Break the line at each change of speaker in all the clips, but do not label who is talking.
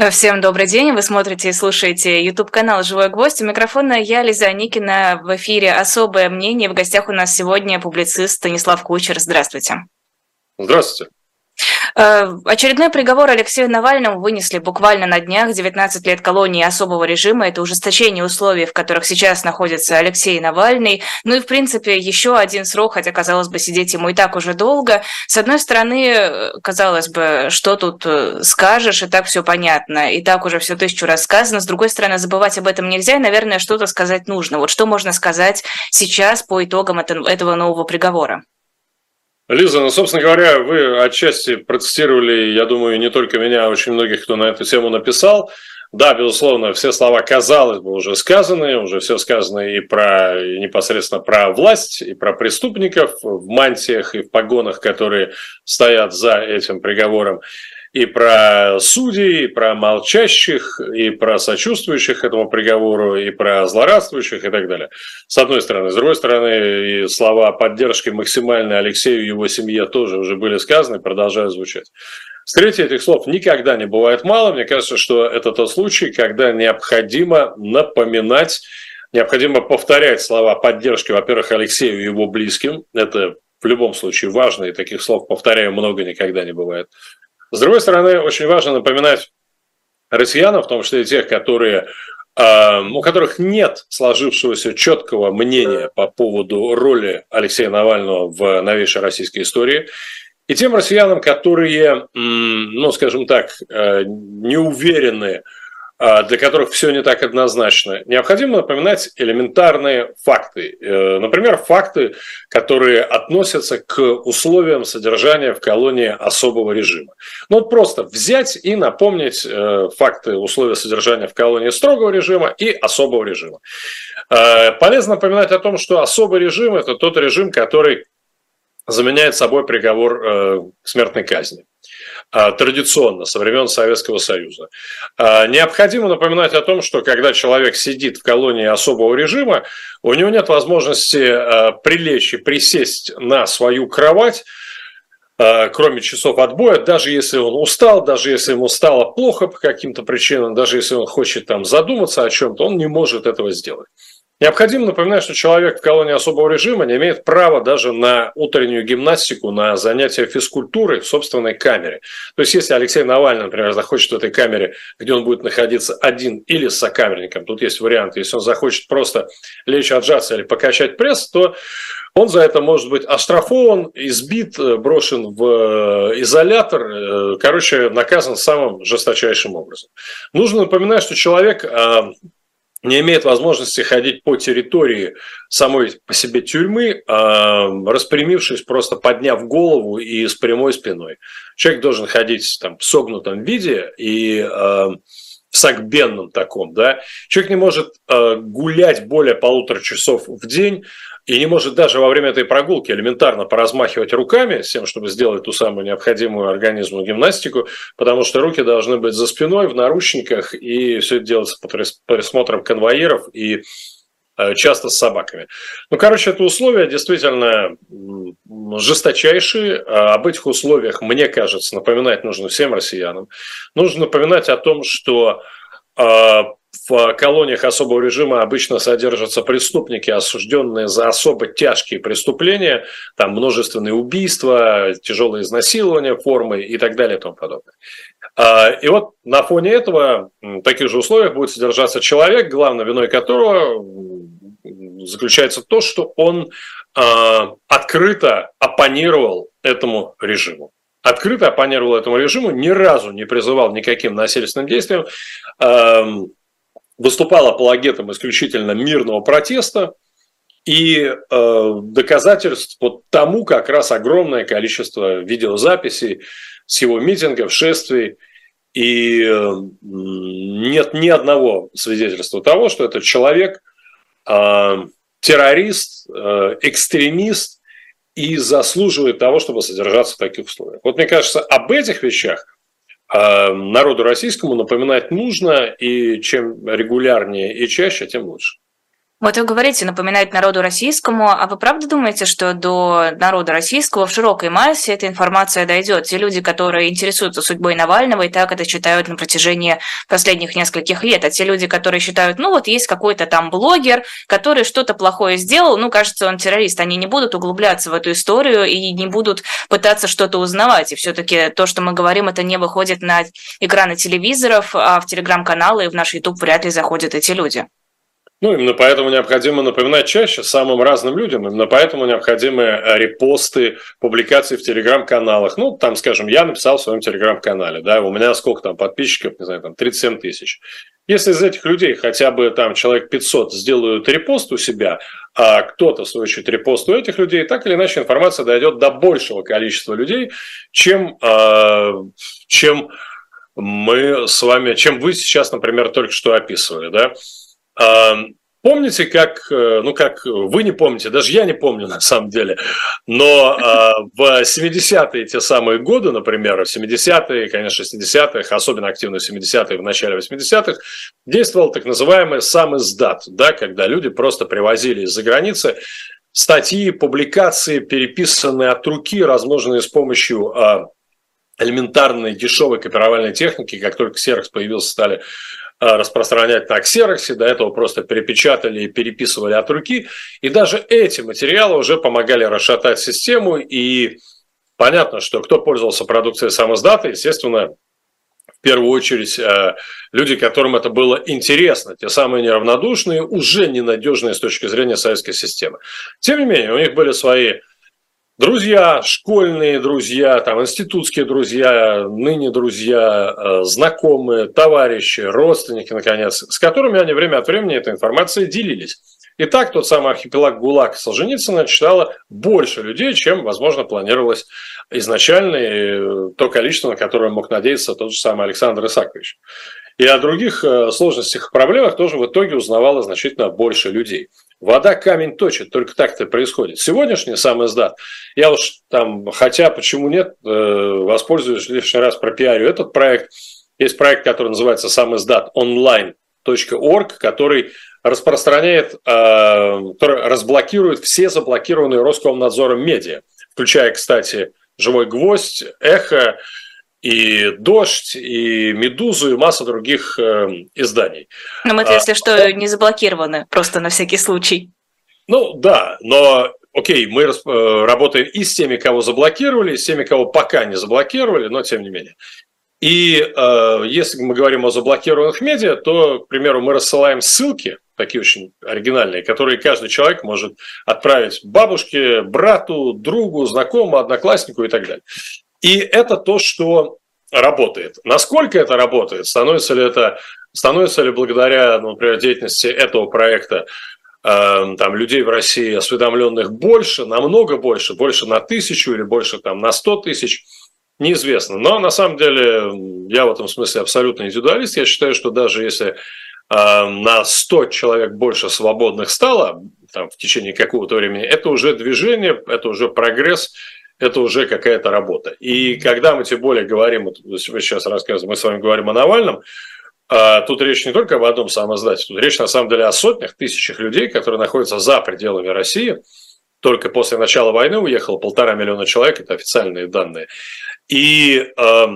Всем добрый день. Вы смотрите и слушаете YouTube-канал «Живой гвоздь». У микрофона я, Лиза Аникина. В эфире «Особое мнение». В гостях у нас сегодня публицист Станислав Кучер. Здравствуйте.
Здравствуйте.
Очередной приговор Алексею Навальному вынесли буквально на днях. 19 лет колонии особого режима. Это ужесточение условий, в которых сейчас находится Алексей Навальный. Ну и, в принципе, еще один срок, хотя, казалось бы, сидеть ему и так уже долго. С одной стороны, казалось бы, что тут скажешь, и так все понятно, и так уже все 1000 раз сказано. С другой стороны, забывать об этом нельзя, и, наверное, что-то сказать нужно. Вот что можно сказать сейчас по итогам этого нового приговора?
Лиза, ну, собственно говоря, вы отчасти процитировали, я думаю, не только меня, а очень многих, кто на эту тему написал. Да, безусловно, все слова, казалось бы, уже сказаны, уже все сказано и непосредственно про власть, и про преступников в мантиях и в погонах, которые стоят за этим приговором, и про судей, и про молчащих, и про сочувствующих этому приговору, и про злорадствующих и так далее. С одной стороны. С другой стороны, и слова поддержки максимальной Алексею и его семье тоже уже были сказаны, продолжают звучать. С третьей, этих слов никогда не бывает мало. Мне кажется, что это тот случай, когда необходимо напоминать, необходимо повторять слова поддержки, во-первых, Алексею и его близким. Это в любом случае важно, и таких слов, повторяю, много никогда не бывает. С другой стороны, очень важно напоминать россиянам, в том числе и тех, у которых нет сложившегося четкого мнения по поводу роли Алексея Навального в новейшей российской истории, и тем россиянам, которые, скажем так, не уверены, для которых все не так однозначно, необходимо напоминать элементарные факты. Например, факты, которые относятся к условиям содержания в колонии особого режима. Ну вот просто взять и напомнить факты условия содержания в колонии строгого режима и особого режима. Полезно напоминать о том, что особый режим – это тот режим, который заменяет собой приговор к смертной казни. Традиционно, со времен Советского Союза. Необходимо напоминать о том, что когда человек сидит в колонии особого режима, у него нет возможности прилечь и присесть на свою кровать, кроме часов отбоя, даже если он устал, даже если ему стало плохо по каким-то причинам, даже если он хочет там задуматься о чем-то, он не может этого сделать. Необходимо напоминать, что человек в колонии особого режима не имеет права даже на утреннюю гимнастику, на занятия физкультурой в собственной камере. То есть, если Алексей Навальный, например, захочет в этой камере, где он будет находиться один или с сокамерником, тут есть варианты, если он захочет просто лечь отжаться или покачать пресс, то он за это может быть оштрафован, избит, брошен в изолятор, наказан самым жесточайшим образом. Нужно напоминать, что человек не имеет возможности ходить по территории самой по себе тюрьмы, распрямившись, просто подняв голову и с прямой спиной. Человек должен ходить там, в согнутом виде и в согбенном таком. Да? Человек не может гулять более 1,5 часов в день, и не может даже во время этой прогулки элементарно поразмахивать руками с тем, чтобы сделать ту самую необходимую организму гимнастику, потому что руки должны быть за спиной, в наручниках, и все это делается под присмотром конвоиров и часто с собаками. Это условия действительно жесточайшие. Об этих условиях, мне кажется, напоминать нужно всем россиянам. Нужно напоминать о том, что в колониях особого режима обычно содержатся преступники, осужденные за особо тяжкие преступления, там множественные убийства, тяжелые изнасилования формы и так далее и тому подобное. И вот на фоне этого в таких же условиях будет содержаться человек, главной виной которого заключается то, что он открыто оппонировал этому режиму. Открыто оппонировал этому режиму, ни разу не призывал никаким насильственным действиям, выступал апологетом исключительно мирного протеста, и доказательств тому как раз огромное количество видеозаписей с его митингов, шествий, и нет ни одного свидетельства того, что этот человек террорист, экстремист и заслуживает того, чтобы содержаться в таких условиях. Вот мне кажется, об этих вещах народу российскому напоминать нужно, и чем регулярнее и чаще, тем лучше.
Вот вы говорите, напоминать народу российскому, а вы правда думаете, что до народа российского в широкой массе эта информация дойдет? Те люди, которые интересуются судьбой Навального и так это читают на протяжении последних нескольких лет, а те люди, которые считают, ну вот есть какой-то там блогер, который что-то плохое сделал, ну кажется, он террорист, они не будут углубляться в эту историю и не будут пытаться что-то узнавать. И все-таки то, что мы говорим, это не выходит на экраны телевизоров, а в телеграм-каналы и в наш YouTube вряд ли заходят эти люди.
Ну, именно поэтому необходимо напоминать чаще самым разным людям. Именно поэтому необходимы репосты, публикации в телеграм-каналах. Ну, там, скажем, я написал в своем телеграм-канале, да, у меня сколько там подписчиков, не знаю, там 37 тысяч. Если из этих людей хотя бы там человек 500 сделают репост у себя, а кто-то, в свою очередь, репост у этих людей, так или иначе информация дойдет до большего количества людей, чем мы с вами, чем вы сейчас, например, только что описывали, да. Помните, как вы не помните, даже я не помню на самом деле, но в 70-е те самые годы, например, в 70-е, конечно, 60-х, особенно активно в 70-е, в начале 80-х, действовал так называемый сам издат, да, когда люди просто привозили из-за границы статьи, публикации, переписанные от руки, размноженные с помощью элементарной дешевой копировальной техники. Как только Xerox появился, стали распространять на Xerox, до этого просто перепечатали и переписывали от руки, и даже эти материалы уже помогали расшатать систему, и понятно, что кто пользовался продукцией самиздата, естественно, в первую очередь люди, которым это было интересно, те самые неравнодушные, уже ненадежные с точки зрения советской системы. Тем не менее, у них были свои друзья, школьные друзья, там, институтские друзья, ныне друзья, знакомые, товарищи, родственники, наконец, с которыми они время от времени этой информацией делились. И так тот самый архипелаг ГУЛАГ Солженицына читало больше людей, чем, возможно, планировалось изначально, и то количество, на которое мог надеяться тот же самый Александр Исаакович. И о других сложностях и проблемах тоже в итоге узнавало значительно больше людей. Вода камень точит, только так это происходит. Сегодняшний сам издат, я уж там, хотя почему нет, воспользуюсь лишний раз пропиарю этот проект. Есть проект, который называется сам издат online.org, который распространяет, который разблокирует все заблокированные Роскомнадзором медиа, включая, кстати, «Живой гвоздь», «Эхо», и «Дождь», и «Медузу», и масса других изданий.
Но мы, если что, не заблокированы, просто на всякий случай.
Ну да, но окей, мы работаем и с теми, кого заблокировали, и с теми, кого пока не заблокировали, но тем не менее. И если мы говорим о заблокированных медиа, то, к примеру, мы рассылаем ссылки, такие очень оригинальные, которые каждый человек может отправить бабушке, брату, другу, знакомому, однокласснику и так далее. И это то, что работает. Насколько это работает? Становится ли благодаря, например, деятельности этого проекта там, людей в России осведомленных больше, намного больше, больше на 1000 или больше там, на 100 тысяч? Неизвестно. Но на самом деле я в этом смысле абсолютно индивидуалист. Я считаю, что даже если на 100 человек больше свободных стало там, в течение какого-то времени, это уже движение, это уже прогресс, это уже какая-то работа. И когда мы тем более говорим, вот вы сейчас рассказываете, мы с вами говорим о Навальном, тут речь не только об одном самоиздате, тут речь на самом деле о сотнях, тысячах людей, которые находятся за пределами России. Только после начала войны уехало 1,5 миллиона человек, это официальные данные. И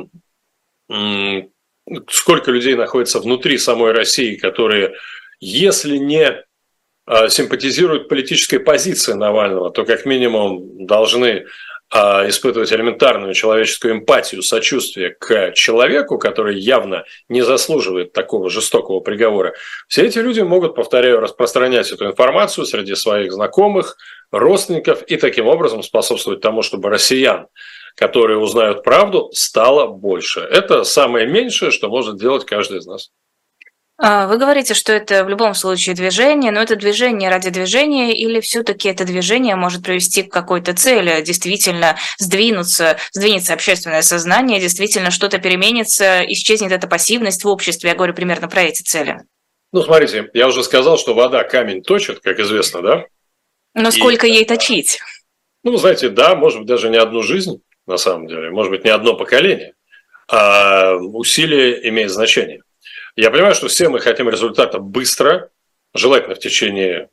сколько людей находится внутри самой России, которые, если не симпатизируют политической позиции Навального, то как минимум должны испытывать элементарную человеческую эмпатию, сочувствие к человеку, который явно не заслуживает такого жестокого приговора. Все эти люди могут, повторяю, распространять эту информацию среди своих знакомых, родственников и таким образом способствовать тому, чтобы россиян, которые узнают правду, стало больше. Это самое меньшее, что может делать каждый из нас.
Вы говорите, что это в любом случае движение, но это движение ради движения или все-таки это движение может привести к какой-то цели, действительно сдвинется общественное сознание, действительно что-то переменится, исчезнет эта пассивность в обществе. Я говорю примерно про эти цели.
Ну, смотрите, я уже сказал, что вода камень точит, как известно, да?
Но сколько ей точить?
Ну, знаете, да, может быть, даже не одну жизнь, на самом деле, может быть, не одно поколение, а усилие имеет значение. Я понимаю, что все мы хотим результата быстро, желательно в течение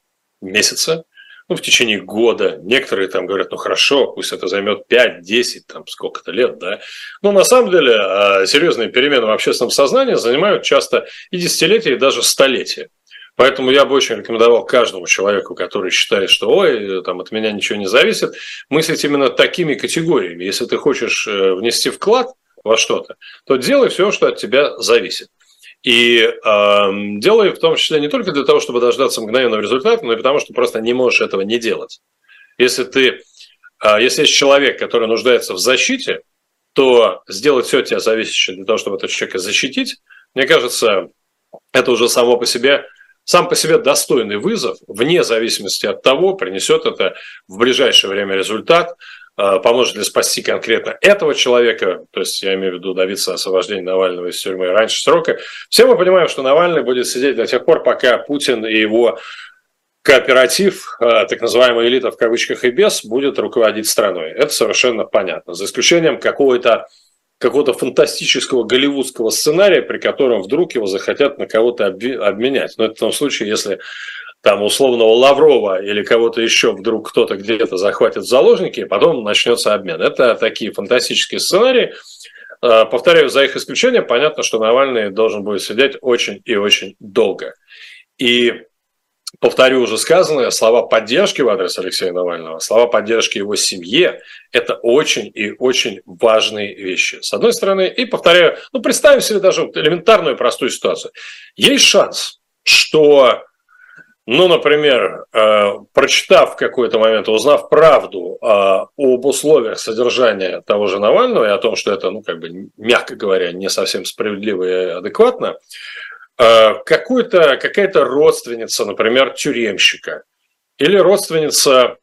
месяца, в течение года. Некоторые там говорят, хорошо, пусть это займет 5, 10, там сколько-то лет, да. Но на самом деле серьезные перемены в общественном сознании занимают часто и десятилетия, и даже столетия. Поэтому я бы очень рекомендовал каждому человеку, который считает, что ой, там от меня ничего не зависит, мыслить именно такими категориями. Если ты хочешь внести вклад во что-то, то делай все, что от тебя зависит. И делай в том числе не только для того, чтобы дождаться мгновенного результата, но и потому, что просто не можешь этого не делать. Если есть человек, который нуждается в защите, то сделать все от тебя зависящее для того, чтобы этого человека защитить, мне кажется, это уже сам по себе достойный вызов, вне зависимости от того, принесет это в ближайшее время результат, поможет ли спасти конкретно этого человека, то есть я имею в виду добиться освобождения Навального из тюрьмы раньше срока. Все мы понимаем, что Навальный будет сидеть до тех пор, пока Путин и его кооператив, так называемая элита в кавычках и без, будет руководить страной. Это совершенно понятно. За исключением какого-то фантастического голливудского сценария, при котором вдруг его захотят на кого-то обменять. Но это в том случае, если там условного Лаврова или кого-то еще вдруг кто-то где-то захватит в заложники, и потом начнется обмен. Это такие фантастические сценарии. Повторяю, за их исключением, понятно, что Навальный должен будет сидеть очень и очень долго. И повторю уже сказанное, слова поддержки в адрес Алексея Навального, слова поддержки его семье – это очень и очень важные вещи. С одной стороны, и повторяю, представим себе даже элементарную простую ситуацию. Есть шанс, что, например, прочитав в какой-то момент, узнав правду об условиях содержания того же Навального и о том, что это, мягко говоря, не совсем справедливо и адекватно, какая-то родственница, например, тюремщика, или родственница,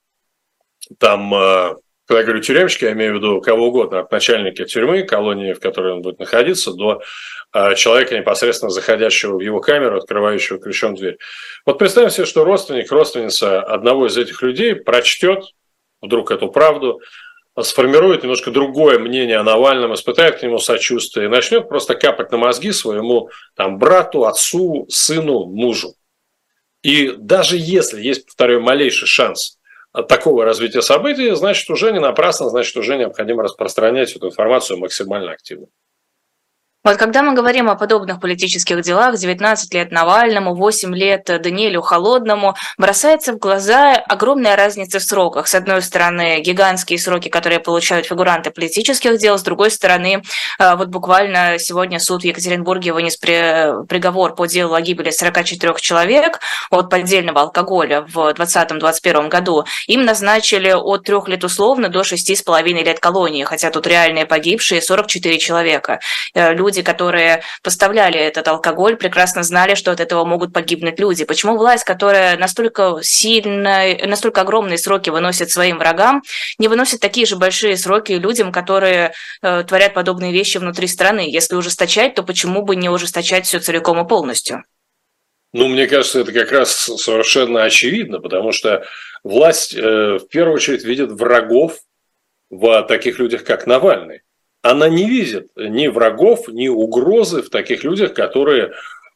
когда я говорю тюремщик, я имею в виду кого угодно, от начальника тюрьмы, колонии, в которой он будет находиться, до человека, непосредственно заходящего в его камеру, открывающего ключом дверь. Вот представим себе, что родственница одного из этих людей прочтет вдруг эту правду, сформирует немножко другое мнение о Навальном, испытает к нему сочувствие и начнет просто капать на мозги своему брату, отцу, сыну, мужу. И даже если есть, повторяю, малейший шанс от такого развития событий, значит, уже не напрасно, значит, уже необходимо распространять эту информацию максимально активно.
Вот когда мы говорим о подобных политических делах, 19 лет Навальному, 8 лет Даниэлю Холодному, бросается в глаза огромная разница в сроках. С одной стороны, гигантские сроки, которые получают фигуранты политических дел, с другой стороны, вот буквально сегодня суд в Екатеринбурге вынес приговор по делу о гибели 44 человек от поддельного алкоголя в 2020-2021 году. Им назначили от 3 лет условно до 6,5 лет колонии, хотя тут реальные погибшие 44 человека. Люди, которые поставляли этот алкоголь, прекрасно знали, что от этого могут погибнуть люди. Почему власть, которая настолько огромные сроки выносит своим врагам, не выносит такие же большие сроки людям, которые творят подобные вещи внутри страны? Если ужесточать, то почему бы не ужесточать все целиком и полностью?
Мне кажется, это как раз совершенно очевидно, потому что власть в первую очередь видит врагов в таких людях, как Навальный. Она не видит ни врагов, ни угрозы в таких людях, которые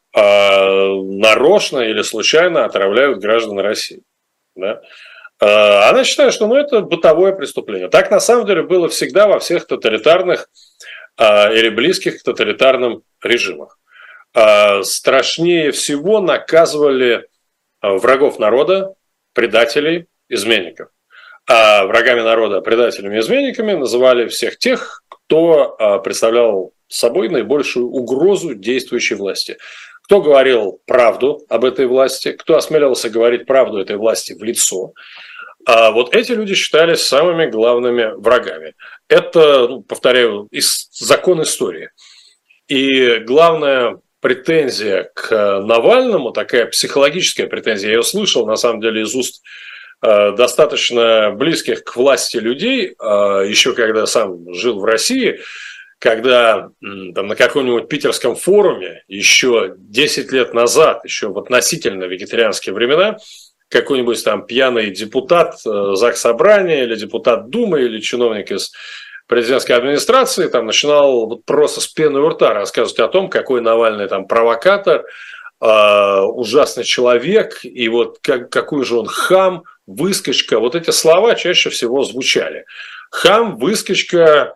нарочно или случайно отравляют граждан России. Да? Она считает, что это бытовое преступление. Так на самом деле было всегда во всех тоталитарных или близких к тоталитарным режимах. Страшнее всего наказывали врагов народа, предателей, изменников. А врагами народа, предателями и изменниками называли всех тех, кто представлял собой наибольшую угрозу действующей власти. Кто говорил правду об этой власти, кто осмеливался говорить правду этой власти в лицо. Вот эти люди считались самыми главными врагами. Это, повторяю, закон истории. И главная претензия к Навальному, такая психологическая претензия, я ее слышал, на самом деле, из уст достаточно близких к власти людей, еще когда сам жил в России, когда на каком-нибудь питерском форуме еще 10 лет назад, еще в относительно вегетарианские времена, какой-нибудь пьяный депутат Заксобрания или депутат Думы или чиновник из президентской администрации начинал просто с пены у рта рассказывать о том, какой Навальный провокатор, ужасный человек, и вот какой же он хам, выскочка. Вот эти слова чаще всего звучали. Хам, выскочка,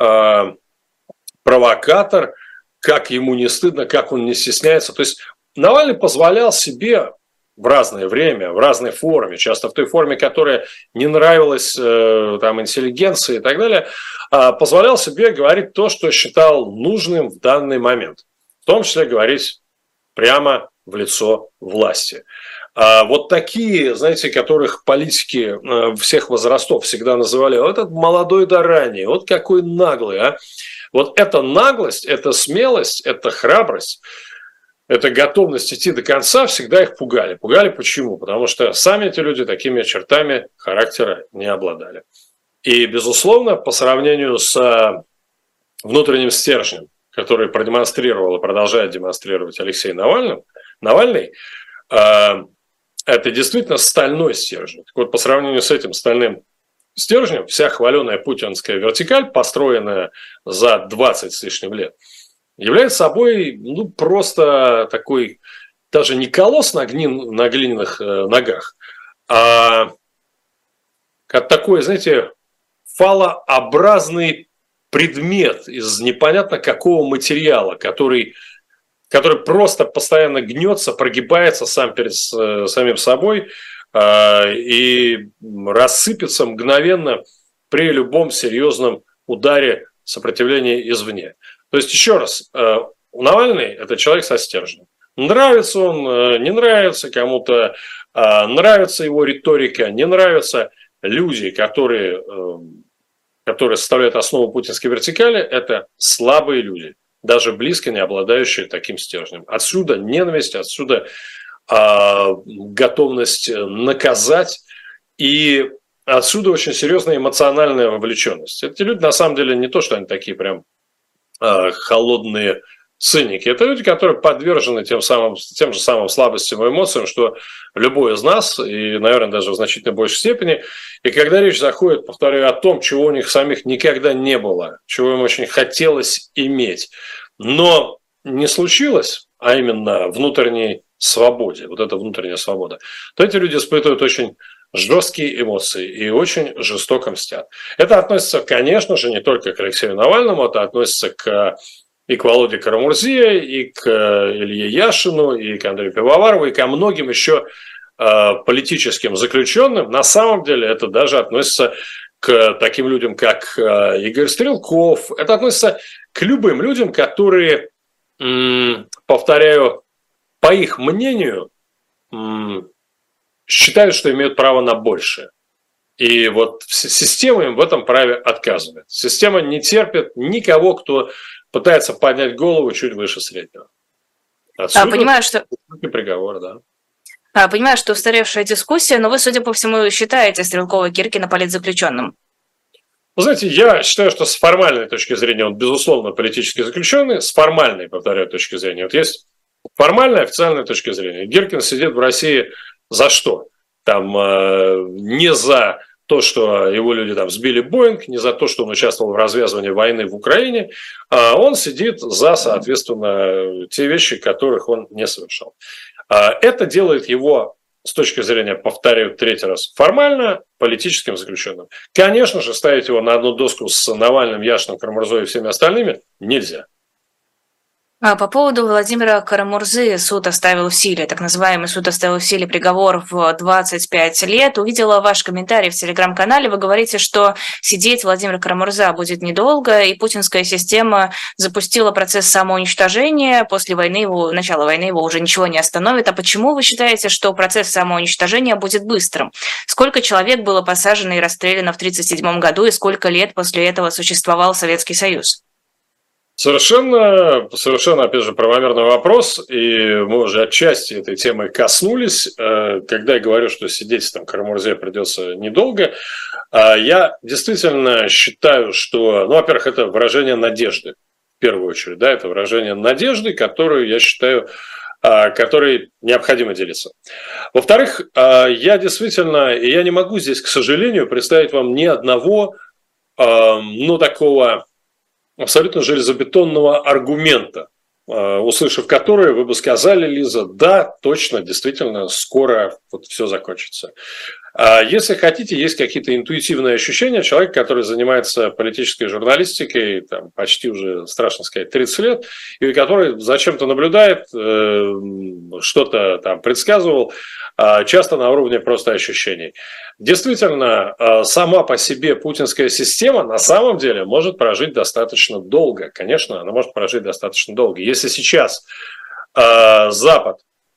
провокатор, как ему не стыдно, как он не стесняется. То есть Навальный позволял себе в разное время, в разной форме, часто в той форме, которая не нравилась там, интеллигенции и так далее, позволял себе говорить то, что считал нужным в данный момент. В том числе говорить прямо в лицо власти. Вот такие, знаете, которых политики всех возрастов всегда называли, вот этот молодой да ранний, вот какой наглый, а. Вот эта наглость, эта смелость, эта храбрость, эта готовность идти до конца всегда их пугали. Пугали почему? Потому что сами эти люди такими чертами характера не обладали. И, безусловно, по сравнению с внутренним стержнем, который продемонстрировал и продолжает демонстрировать Алексей Навальный, это действительно стальной стержень. Так вот, по сравнению с этим стальным стержнем, вся хваленая путинская вертикаль, построенная за 20 с лишним лет, является собой просто такой, даже не колосс на глиняных ногах, а как такой, знаете, фалообразный предмет из непонятно какого материала, который просто постоянно гнется, прогибается сам перед самим собой и рассыпется мгновенно при любом серьезном ударе сопротивления извне. То есть, еще раз, Навальный – это человек со стержнем. Нравится он, не нравится кому-то, нравится его риторика, не нравятся люди, которые составляют основу путинской вертикали, это слабые люди, даже близко не обладающие таким стержнем. Отсюда ненависть, отсюда готовность наказать, и отсюда очень серьезная эмоциональная вовлеченность. Эти люди, на самом деле, не то, что они такие прям холодные циники. Это люди, которые подвержены тем же самым слабостям и эмоциям, что любой из нас, и, наверное, даже в значительно большей степени. И когда речь заходит, повторяю, о том, чего у них самих никогда не было, чего им очень хотелось иметь, но не случилось, а именно внутренней свободе, вот эта внутренняя свобода, то эти люди испытывают очень жесткие эмоции и очень жестоко мстят. Это относится, конечно же, не только к Алексею Навальному, это относится и к Володе Карамурзе, и к Илье Яшину, и к Андрею Пивоварову, и ко многим еще политическим заключенным. На самом деле это даже относится к таким людям, как Игорь Стрелков. Это относится к любым людям, которые, повторяю, по их мнению, считают, что имеют право на большее. И вот система им в этом праве отказывает. Система не терпит никого, кто пытается поднять голову чуть выше среднего. Отсюда понимаю, что приговор, да.
Понимаю, что устаревшая дискуссия, но вы, судя по всему, считаете Стрелкова и Киркина политзаключенным.
Вы знаете, я считаю, что с формальной точки зрения он, безусловно, политически заключенный, с формальной, повторяю, точки зрения. Вот есть формальная, официальная точка зрения. Гиркин сидит в России за что? Там не за то, что его люди там сбили Боинг, не за то, что он участвовал в развязывании войны в Украине, а он сидит за, соответственно, те вещи, которых он не совершал. Это делает его, с точки зрения, повторяю третий раз, формально политическим заключенным. Конечно же, ставить его на одну доску с Навальным, Яшиным, Карамурзой и всеми остальными нельзя.
По поводу Владимира Карамурзы суд оставил в силе, так называемый суд оставил в силе приговор в 25 лет. Увидела ваш комментарий в телеграм-канале. Вы говорите, что сидеть Владимир Карамурза будет недолго, и путинская система запустила процесс самоуничтожения. После войны начала войны его уже ничего не остановит. А почему вы считаете, что процесс самоуничтожения будет быстрым? Сколько человек было посажено и расстреляно в 1937 году, и сколько лет после этого существовал Советский Союз?
Совершенно, опять же, правомерный вопрос, и мы уже отчасти этой темы коснулись. Когда я говорю, что сидеть там Карамурзе придется недолго, я действительно считаю, что, во-первых, это выражение надежды, в первую очередь, да, это выражение надежды, которую, я считаю, которой необходимо делиться. Во-вторых, я действительно, и я не могу здесь, к сожалению, представить вам ни одного, такого абсолютно железобетонного аргумента услышав которые, вы бы сказали, Лиза, да, точно, действительно, скоро вот все закончится. Если хотите, есть какие-то интуитивные ощущения. Человек, который занимается политической журналистикой там, почти уже, страшно сказать, 30 лет, и который зачем-то наблюдает, что-то там предсказывал, часто на уровне просто ощущений. Действительно, сама по себе путинская система на самом деле может прожить достаточно долго. Конечно, она может прожить достаточно долго. Если сейчас Запад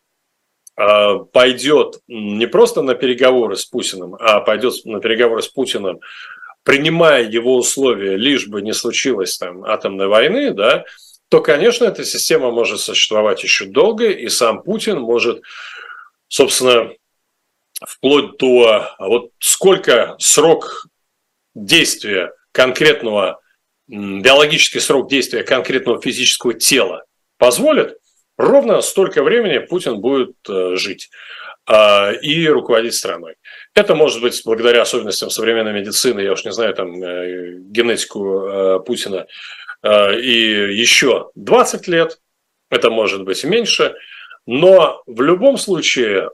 пойдет не просто на переговоры с Путиным, а пойдет на переговоры с Путиным, принимая его условия, лишь бы не случилось там атомной войны, да, то, конечно, эта система может существовать еще долго, и сам Путин может, собственно, вплоть до вот сколько срок действия конкретного, биологический срок действия конкретного физического тела позволит, ровно столько времени Путин будет жить и руководить страной. Это может быть благодаря особенностям современной медицины, я уж не знаю, там, генетику Путина, и еще 20 лет, это может быть меньше, но в любом случае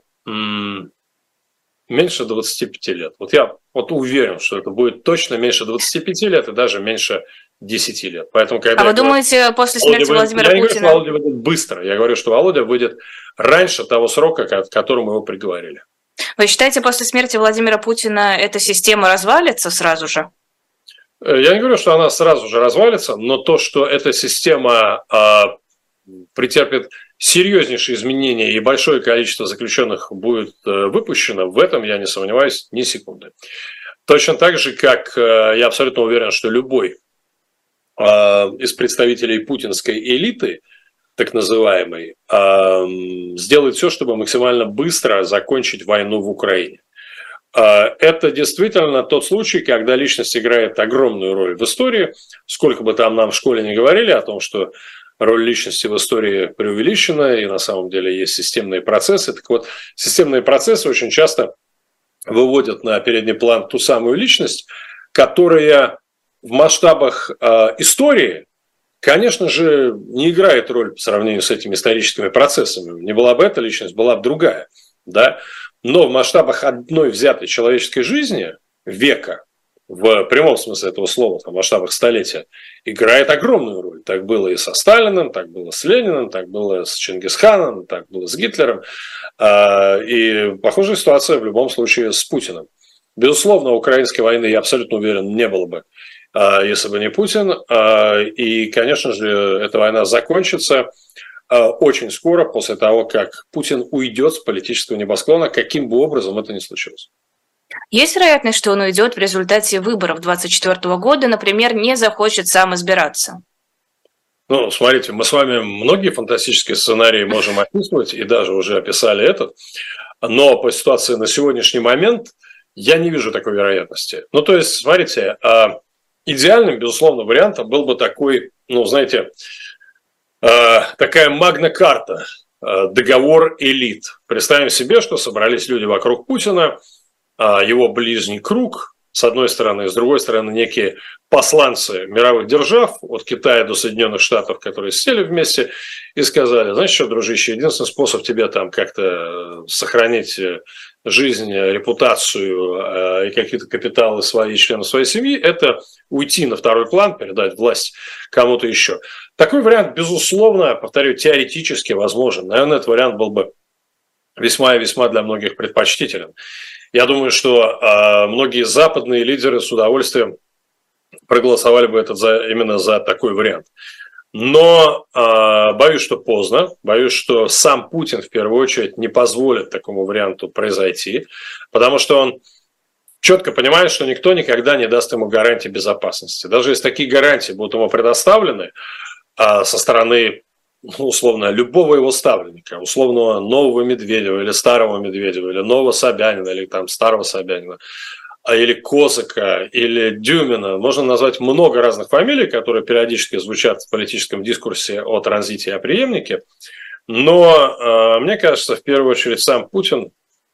меньше 25 лет. Вот я уверен, что это будет точно меньше 25 лет и даже меньше 10 лет. Поэтому, когда
вы думаете, после смерти Владимира Путина...
Я не говорю, что Володя выйдет быстро. Я говорю, что Володя выйдет раньше того срока, к которому его приговорили.
Вы считаете, после смерти Владимира Путина эта система развалится сразу же?
Я не говорю, что она сразу же развалится, но то, что эта система претерпит серьезнейшие изменения и большое количество заключенных будет выпущено, в этом я не сомневаюсь ни секунды. Точно так же, как я абсолютно уверен, что любой из представителей путинской элиты, так называемой, сделает все, чтобы максимально быстро закончить войну в Украине. Это действительно тот случай, когда личность играет огромную роль в истории. Сколько бы там нам в школе не говорили о том, что роль личности в истории преувеличена, и на самом деле есть системные процессы. Так вот, системные процессы очень часто выводят на передний план ту самую личность, которая в масштабах истории, конечно же, не играет роль по сравнению с этими историческими процессами. Не была бы эта личность, была бы другая. Да? Но в масштабах одной взятой человеческой жизни, века, в прямом смысле этого слова, в масштабах столетия, играет огромную роль. Так было и со Сталиным, так было с Лениным, так было с Чингисханом, так было с Гитлером. И похожая ситуация в любом случае с Путиным. Безусловно, украинской войны, я абсолютно уверен, не было бы, если бы не Путин. И, конечно же, эта война закончится очень скоро после того, как Путин уйдет с политического небосклона, каким бы образом это ни случилось.
Есть вероятность, что он уйдет в результате выборов 2024 года, например, не захочет сам избираться?
Ну, смотрите, мы с вами многие фантастические сценарии можем описывать, и даже уже описали этот, но по ситуации на сегодняшний момент я не вижу такой вероятности. Ну, то есть, смотрите, идеальным, безусловно, вариантом был бы такой, ну, знаете, такая магна-карта, договор элит. Представим себе, что собрались люди вокруг Путина, его ближний круг, с одной стороны, с другой стороны, некие посланцы мировых держав, от Китая до Соединенных Штатов, которые сели вместе и сказали: знаешь что, дружище, единственный способ тебе там как-то сохранить жизнь, репутацию и какие-то капиталы свои, членов своей семьи, это уйти на второй план, передать власть кому-то еще. Такой вариант, безусловно, повторю, теоретически возможен. Наверное, этот вариант был бы весьма и весьма для многих предпочтителен. Я думаю, что многие западные лидеры с удовольствием проголосовали бы именно за такой вариант. Но боюсь, что поздно. Боюсь, что сам Путин в первую очередь не позволит такому варианту произойти, потому что он четко понимает, что никто никогда не даст ему гарантии безопасности. Даже если такие гарантии будут ему предоставлены со стороны, условно, любого его ставленника, условного нового Медведева или старого Медведева, или нового Собянина, или там старого Собянина, или Козыка, или Дюмина. Можно назвать много разных фамилий, которые периодически звучат в политическом дискурсе о транзите и о преемнике. Но мне кажется, в первую очередь сам Путин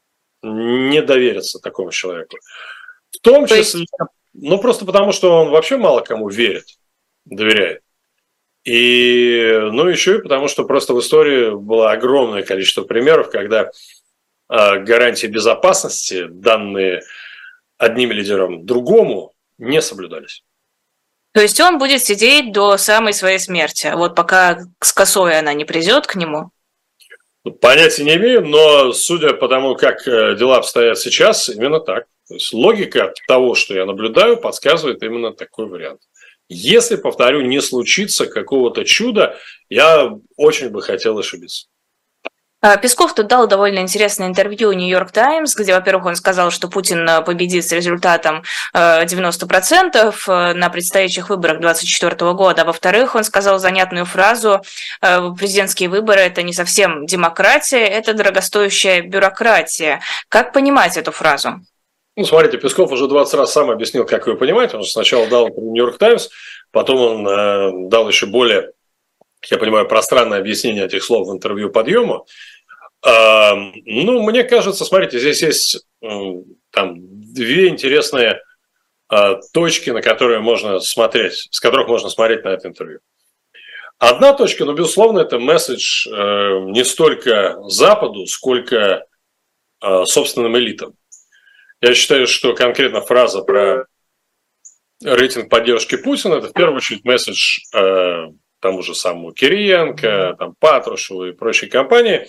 не доверится такому человеку. В том числе, ну просто потому, что он вообще мало кому верит, доверяет. И, ну, еще и потому, что просто в истории было огромное количество примеров, когда гарантии безопасности, данные одним лидером другому, не соблюдались.
То есть он будет сидеть до самой своей смерти, вот пока с косой она не придет к нему?
Понятия не имею, но судя по тому, как дела обстоят сейчас, именно так. То есть логика того, что я наблюдаю, подсказывает именно такой вариант. Если, повторю, не случится какого-то чуда, я очень бы хотел ошибиться.
Песков тут дал довольно интересное интервью «Нью-Йорк Таймс», где, во-первых, он сказал, что Путин победит с результатом 90% на предстоящих выборах 2024 года. А во-вторых, он сказал занятную фразу: президентские выборы – это не совсем демократия, это дорогостоящая бюрократия. Как понимать эту фразу?
Ну, смотрите, Песков уже 20 раз сам объяснил, как его понимать. Он же сначала дал «Нью-Йорк Таймс», потом он дал еще более, я понимаю, пространное объяснение этих слов в интервью «Подъему». Ну, мне кажется, смотрите, здесь есть там две интересные точки, на которые можно смотреть, с которых можно смотреть на это интервью. Одна точка, ну, безусловно, это месседж не столько Западу, сколько собственным элитам. Я считаю, что конкретно фраза про рейтинг поддержки Путина – это в первую очередь месседж тому же самому Кириенко, там, Патрушеву и прочей компании,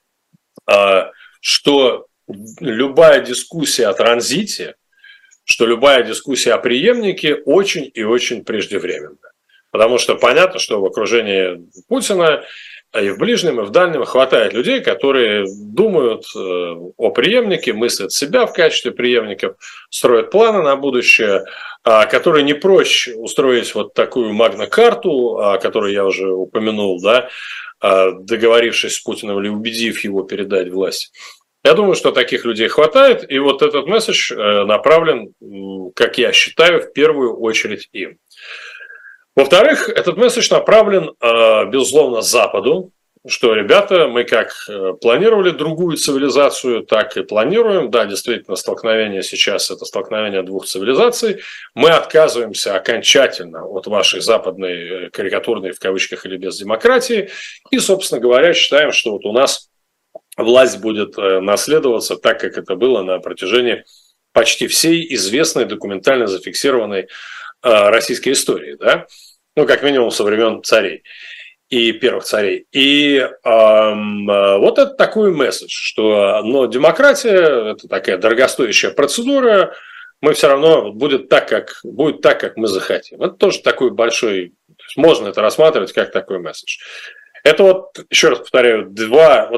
что любая дискуссия о транзите, что любая дискуссия о преемнике очень и очень преждевременна. Потому что понятно, что в окружении Путина и в ближнем, и в дальнем хватает людей, которые думают о преемнике, мыслят себя в качестве преемников, строят планы на будущее, которые не проще устроить вот такую магнокарту, о которой я уже упомянул, да, договорившись с Путиным или убедив его передать власть. Я думаю, что таких людей хватает, и вот этот месседж направлен, как я считаю, в первую очередь им. Во-вторых, этот месседж направлен, безусловно, Западу, что, ребята, мы как планировали другую цивилизацию, так и планируем. Да, действительно, столкновение сейчас – это столкновение двух цивилизаций. Мы отказываемся окончательно от вашей западной, карикатурной, в кавычках или без демократии. И, собственно говоря, считаем, что вот у нас власть будет наследоваться так, как это было на протяжении почти всей известной, документально зафиксированной российской истории, да? Ну, как минимум, со времен царей и первых царей. И вот это такой месседж, что демократия – это такая дорогостоящая процедура, мы все равно будет так, как мы захотим. Это тоже такой большой, можно это рассматривать как такой месседж. Это вот, еще раз повторяю, два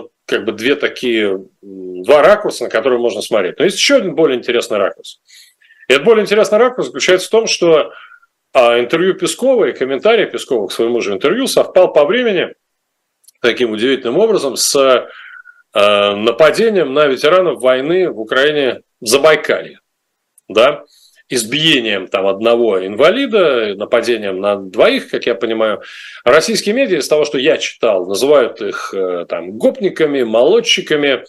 ракурса, на которые можно смотреть. Но есть еще один более интересный ракурс. И этот более интересный ракурс заключается в том, что интервью Пескова и комментарий Пескова к своему же интервью совпал по времени таким удивительным образом с нападением на ветеранов войны в Украине в Забайкалье. Да? Избиением там одного инвалида, нападением на двоих, как я понимаю. Российские медиа, из того, что я читал, называют их там гопниками, молодчиками.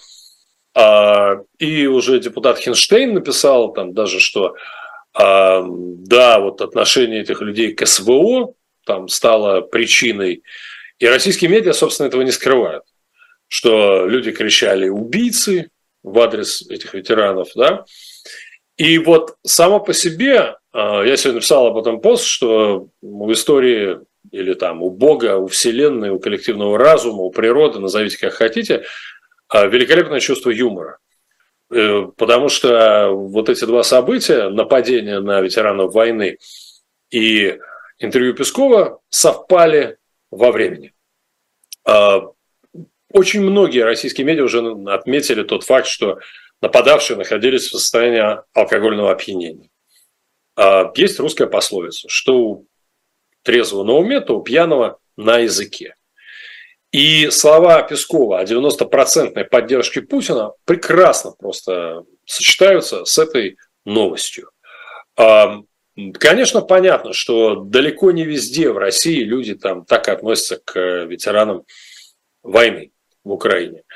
И уже депутат Хинштейн написал там даже, что да, вот отношение этих людей к СВО там стало причиной. И российские медиа, собственно, этого не скрывают. Что люди кричали «убийцы» в адрес этих ветеранов, да. И вот само по себе, я сегодня писал об этом пост, что в истории или там у Бога, у Вселенной, у коллективного разума, у природы, назовите как хотите, великолепное чувство юмора. Потому что вот эти два события, нападение на ветеранов войны и интервью Пескова, совпали во времени. Очень многие российские медиа уже отметили тот факт, что нападавшие находились в состоянии алкогольного опьянения. Есть русская пословица, что у трезвого на уме, то у пьяного на языке. И слова Пескова о 90% поддержке Путина прекрасно просто сочетаются с этой новостью. Конечно, понятно, что далеко не везде в России люди там так относятся к ветеранам войны в Украине.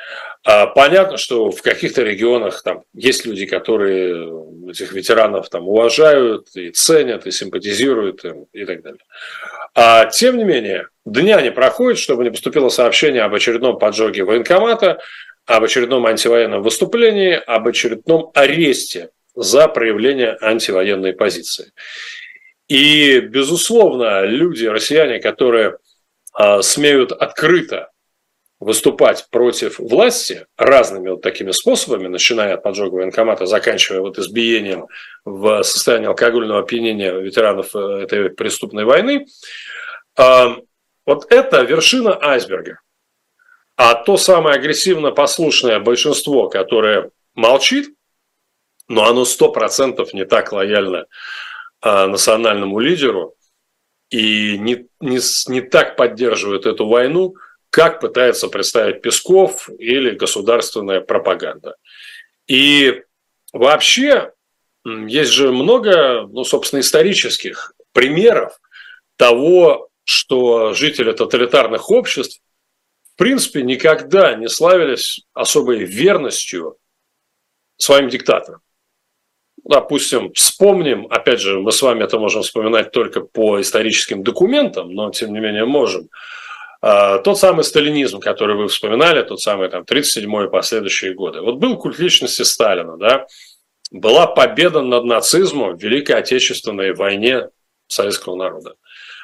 Понятно, что в каких-то регионах там есть люди, которые этих ветеранов там уважают и ценят, и симпатизируют им, и так далее. Тем не менее, дня не проходит, чтобы не поступило сообщение об очередном поджоге военкомата, об очередном антивоенном выступлении, об очередном аресте за проявление антивоенной позиции. И, безусловно, люди, россияне, которые смеют открыто выступать против власти разными вот такими способами, начиная от поджога военкомата, заканчивая вот избиением в состоянии алкогольного опьянения ветеранов этой преступной войны, вот это вершина айсберга. А то самое агрессивно-послушное большинство, которое молчит, но оно 100% не так лояльно национальному лидеру и не так поддерживает эту войну, как пытается представить Песков или государственная пропаганда. И вообще есть же много, собственно, исторических примеров того, что жители тоталитарных обществ в принципе никогда не славились особой верностью своим диктаторам. Допустим, вспомним, опять же, мы с вами это можем вспоминать только по историческим документам, но тем не менее можем. Тот самый сталинизм, который вы вспоминали, тот самый там 1937 и последующие годы. Вот был культ личности Сталина, да, была победа над нацизмом в Великой Отечественной войне советского народа.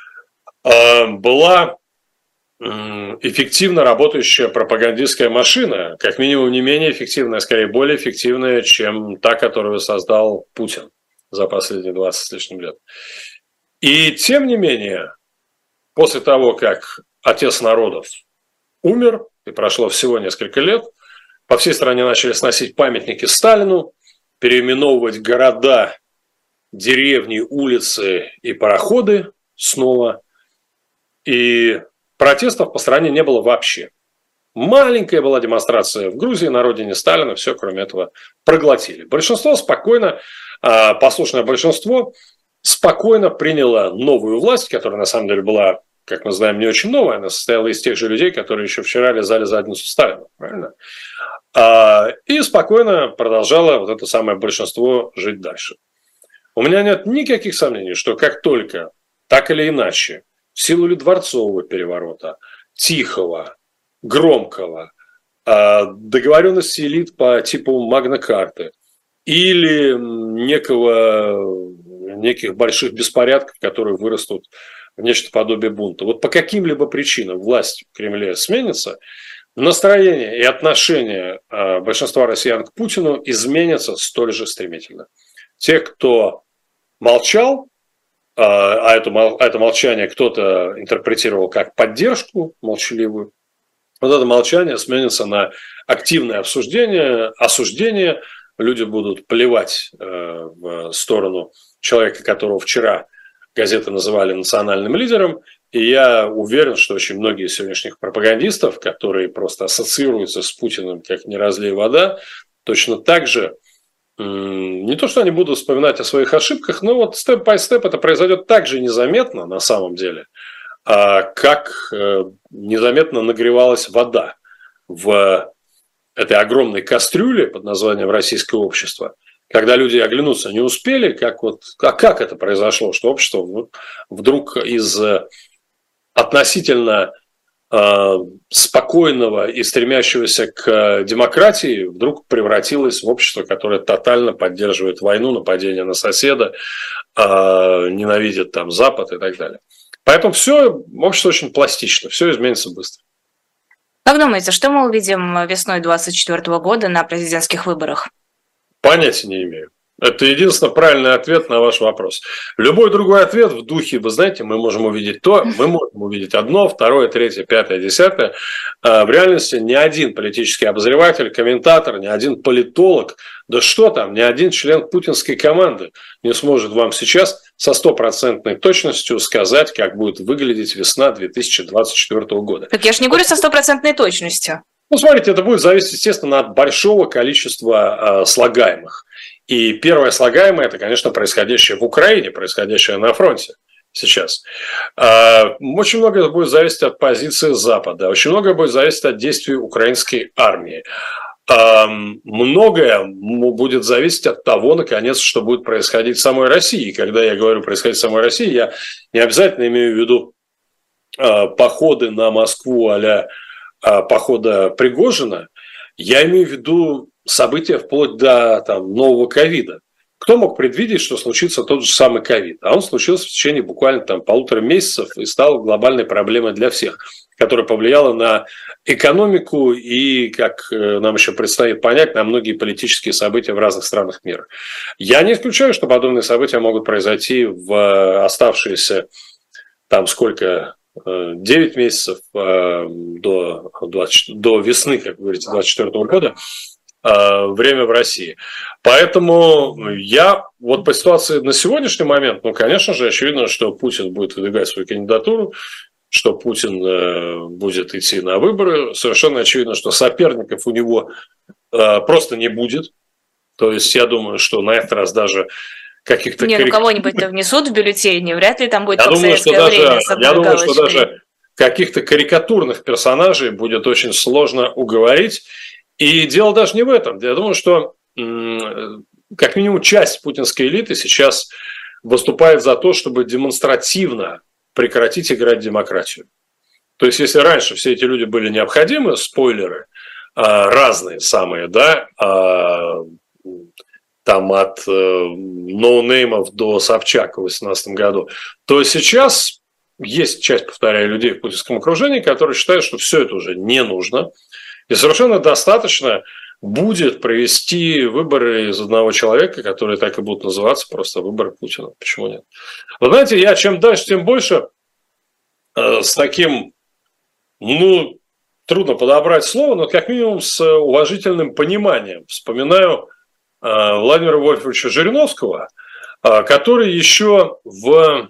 Была эффективно работающая пропагандистская машина, как минимум не менее эффективная, а скорее более эффективная, чем та, которую создал Путин за последние 20 с лишним лет. И тем не менее, после того, как отец народов умер, и прошло всего несколько лет, по всей стране начали сносить памятники Сталину, переименовывать города, деревни, улицы и пароходы снова. И протестов по стране не было вообще. Маленькая была демонстрация в Грузии, на родине Сталина, все кроме этого проглотили. Большинство спокойно, послушное большинство спокойно приняло новую власть, которая на самом деле была, как мы знаем, не очень новая, она состояла из тех же людей, которые еще вчера лизали задницу Сталина, правильно? И спокойно продолжало вот это самое большинство жить дальше. У меня нет никаких сомнений, что как только, так или иначе, в силу ли дворцового переворота, тихого, громкого, договоренности элит по типу Магна-карты или неких больших беспорядков, которые вырастут в нечто подобие бунта. Вот по каким-либо причинам власть в Кремле сменится, настроение и отношение большинства россиян к Путину изменятся столь же стремительно. Те, кто молчал, а это молчание кто-то интерпретировал как поддержку молчаливую, вот это молчание сменится на активное осуждение. Люди будут плевать в сторону человека, которого вчера газеты называли национальным лидером. И я уверен, что очень многие сегодняшних пропагандистов, которые просто ассоциируются с Путиным как не разлей вода, точно так же не то, что они будут вспоминать о своих ошибках, но вот степ-бай-степ это произойдет так же незаметно на самом деле, как незаметно нагревалась вода в этой огромной кастрюле под названием «Российское общество». Когда люди оглянуться не успели, как это произошло, что общество вдруг из относительно спокойного и стремящегося к демократии вдруг превратилось в общество, которое тотально поддерживает войну, нападение на соседа, ненавидит там Запад и так далее. Поэтому все, общество очень пластично, все изменится быстро.
Как думаете, что мы увидим весной 2024 года на президентских выборах?
Понятия не имею. Это единственно правильный ответ на ваш вопрос. Любой другой ответ в духе, вы знаете, мы можем увидеть одно, второе, третье, пятое, десятое. В реальности ни один политический обозреватель, комментатор, ни один политолог, да что там, ни один член путинской команды не сможет вам сейчас со 100% точностью сказать, как будет выглядеть весна 2024 года.
Так я же не говорю со 100% точностью.
Смотрите, это будет зависеть, естественно, от большого количества слагаемых. И первое слагаемое – это, конечно, происходящее в Украине, происходящее на фронте. сейчас. Очень многое будет зависеть от позиции Запада, очень многое будет зависеть от действий украинской армии. Многое будет зависеть от того, наконец, что будет происходить в самой России. И когда я говорю происходить в самой России, я не обязательно имею в виду походы на Москву а-ля похода Пригожина, я имею в виду события вплоть до нового ковида. Кто мог предвидеть, что случится тот же самый ковид? А он случился в течение буквально 1,5 месяцев и стал глобальной проблемой для всех, которая повлияла на экономику и, как нам еще предстоит понять, на многие политические события в разных странах мира. Я не исключаю, что подобные события могут произойти в оставшиеся 9 месяцев до весны, как вы говорите, 2024 года, время в России. Поэтому я по ситуации на сегодняшний момент, конечно же, очевидно, что Путин будет выдвигать свою кандидатуру, что Путин будет идти на выборы. Совершенно очевидно, что соперников у него просто не будет. То есть я думаю, что на этот раз даже каких-то...
кого-нибудь-то внесут в бюллетени, вряд ли там будет как в советское время с одной
Я думаю,
галочкой.
что даже каких-то карикатурных персонажей будет очень сложно уговорить. И дело даже не в этом. Я думаю, что как минимум часть путинской элиты сейчас выступает за то, чтобы демонстративно прекратить играть в демократию. То есть, если раньше все эти люди были необходимы, спойлеры, разные самые, да, от ноунеймов до Собчака в 2018 году, то сейчас есть часть, повторяю, людей в путинском окружении, которые считают, что все это уже не нужно, и совершенно достаточно будет провести выборы из одного человека, которые так и будут называться, просто выборы Путина. Почему нет? Вы знаете, я чем дальше, тем больше с таким, трудно подобрать слово, но как минимум с уважительным пониманием вспоминаю Владимира Вольфовича Жириновского, который еще в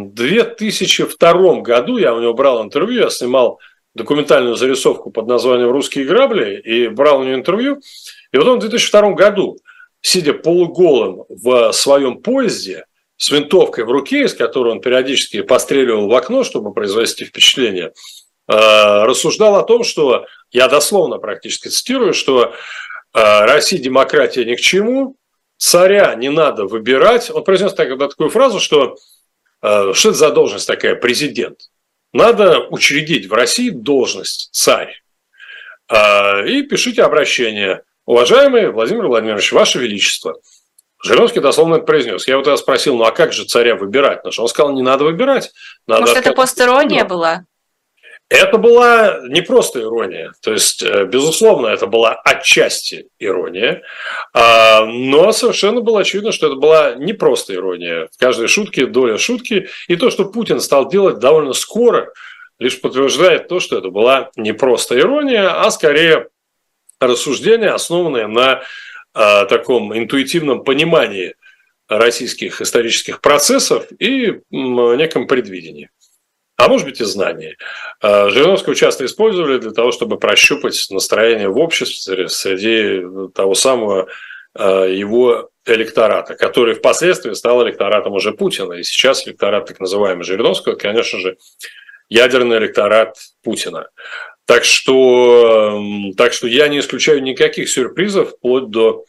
2002 году, я у него брал интервью, я снимал документальную зарисовку под названием «Русские грабли» и брал у него интервью. И вот он в 2002 году, сидя полуголым в своем поезде с винтовкой в руке, из которой он периодически постреливал в окно, чтобы произвести впечатление, рассуждал о том, что, я дословно практически цитирую, что России демократия ни к чему, царя не надо выбирать. Он произнес такую фразу, что это за должность такая, президент. Надо учредить в России должность царь. И пишите обращение. Уважаемый Владимир Владимирович, Ваше Величество. Жириновский дословно это произнес. Я тогда спросил, а как же царя выбирать? Потому что он сказал, не надо выбирать. Надо
Может, это постерония была?
Это была не просто ирония, то есть, безусловно, это была отчасти ирония, но совершенно было очевидно, что это была не просто ирония. В каждой шутке доля шутки, и то, что Путин стал делать довольно скоро, лишь подтверждает то, что это была не просто ирония, а скорее рассуждение, основанное на таком интуитивном понимании российских исторических процессов и неком предвидении. А может быть и знания. Жириновского часто использовали для того, чтобы прощупать настроение в обществе среди того самого его электората, который впоследствии стал электоратом уже Путина. И сейчас электорат так называемый Жириновского, конечно же, ядерный электорат Путина. Так что я не исключаю никаких сюрпризов вплоть до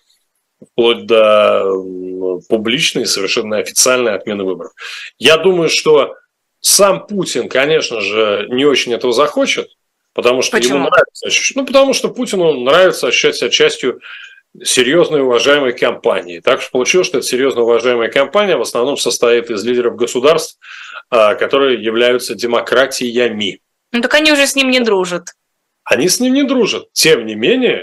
публичной, совершенно официальной отмены выборов. Я думаю, что сам Путин, конечно же, не очень этого захочет, потому что ему нравится. Потому что Путину нравится ощущать себя частью серьезной уважаемой кампании. Так что получилось, что эта серьезно уважаемая кампания в основном состоит из лидеров государств, которые являются демократиями.
Так они уже с ним не дружат.
Они с ним не дружат. Тем не менее,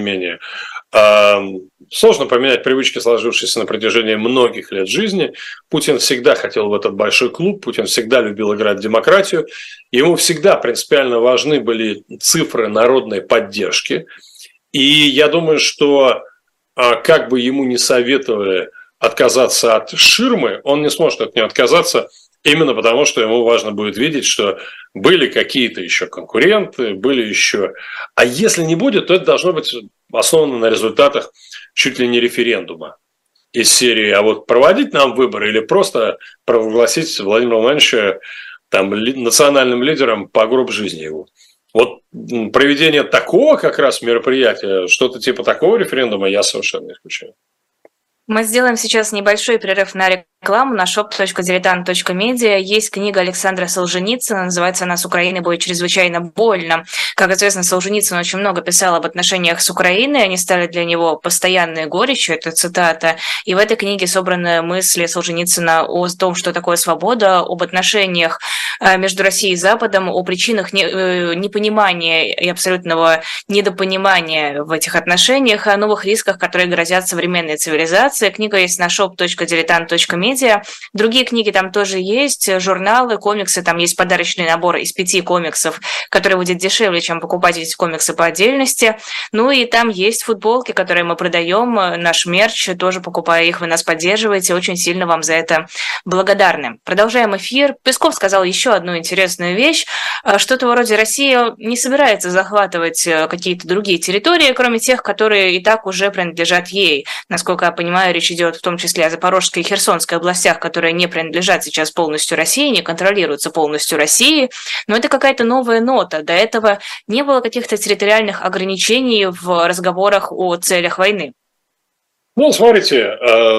сложно поменять привычки, сложившиеся на протяжении многих лет жизни. Путин всегда хотел в этот большой клуб, Путин всегда любил играть в демократию. Ему всегда принципиально важны были цифры народной поддержки. И я думаю, что как бы ему ни советовали отказаться от ширмы, он не сможет от нее отказаться, именно потому, что ему важно будет видеть, что были какие-то еще конкуренты, были еще... А если не будет, то это должно быть основано на результатах чуть ли не референдума. из серии, а вот проводить нам выборы или просто провозгласить Владимира Владимировича там национальным лидером по гроб жизни его. Вот проведение такого как раз мероприятия, что-то типа такого референдума я совершенно не исключаю.
Мы сделаем сейчас небольшой перерыв на рекламу на shop.diletant.media. Есть книга Александра Солженицына, называется она «С Украиной будет чрезвычайно больно». Как известно, Солженицын очень много писал об отношениях с Украиной, они стали для него постоянной горечью, это цитата. И в этой книге собраны мысли Солженицына о том, что такое свобода, об отношениях между Россией и Западом, о причинах непонимания и абсолютного недопонимания в этих отношениях, о новых рисках, которые грозят современной цивилизации. Книга есть на shop.diletant.media. Другие книги там тоже есть, журналы, комиксы. Там есть подарочный набор из 5 комиксов, который будет дешевле, чем покупать эти комиксы по отдельности. Ну и там есть футболки, которые мы продаем, наш мерч, тоже покупая их, вы нас поддерживаете. Очень сильно вам за это благодарны. Продолжаем эфир. Песков сказал еще одну интересную вещь. Что-то вроде Россия не собирается захватывать какие-то другие территории, кроме тех, которые и так уже принадлежат ей. Насколько я понимаю, речь идет в том числе о Запорожской и Херсонской областях, которые не принадлежат сейчас полностью России, не контролируются полностью Россией. Но это какая-то новая нота. До этого не было каких-то территориальных ограничений в разговорах о целях войны.
Ну, смотрите,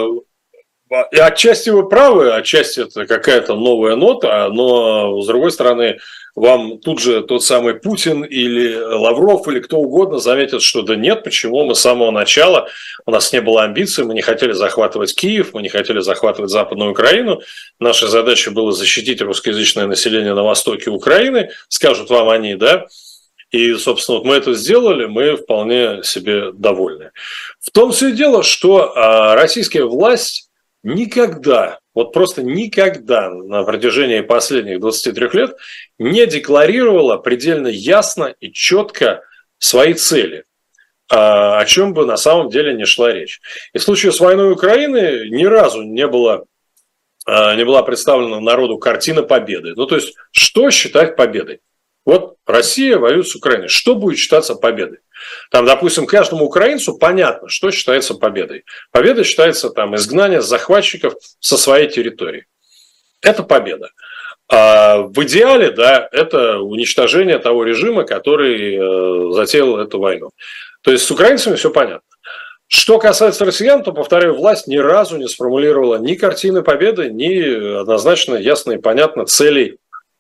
и отчасти вы правы, отчасти это какая-то новая нота, но, с другой стороны, вам тут же тот самый Путин или Лавров или кто угодно заметит, что да нет, почему мы с самого начала, у нас не было амбиций, мы не хотели захватывать Киев, мы не хотели захватывать Западную Украину, наша задача была защитить русскоязычное население на востоке Украины, скажут вам они, да, и, собственно, вот мы это сделали, мы вполне себе довольны. В том все и дело, что российская власть никогда, вот просто никогда на протяжении последних 23 лет не декларировала предельно ясно и четко свои цели, о чем бы на самом деле не шла речь. И в случае с войной Украины ни разу не была представлена народу картина победы. Ну, то есть, что считать победой? Вот Россия воюет с Украиной. Что будет считаться победой? Там, допустим, каждому украинцу понятно, что считается победой. Победой считается там изгнание захватчиков со своей территории. Это победа. А в идеале, да, это уничтожение того режима, который затеял эту войну. То есть с украинцами все понятно. Что касается россиян, то, повторяю, власть ни разу не сформулировала ни картины победы, ни однозначно ясно и понятно цели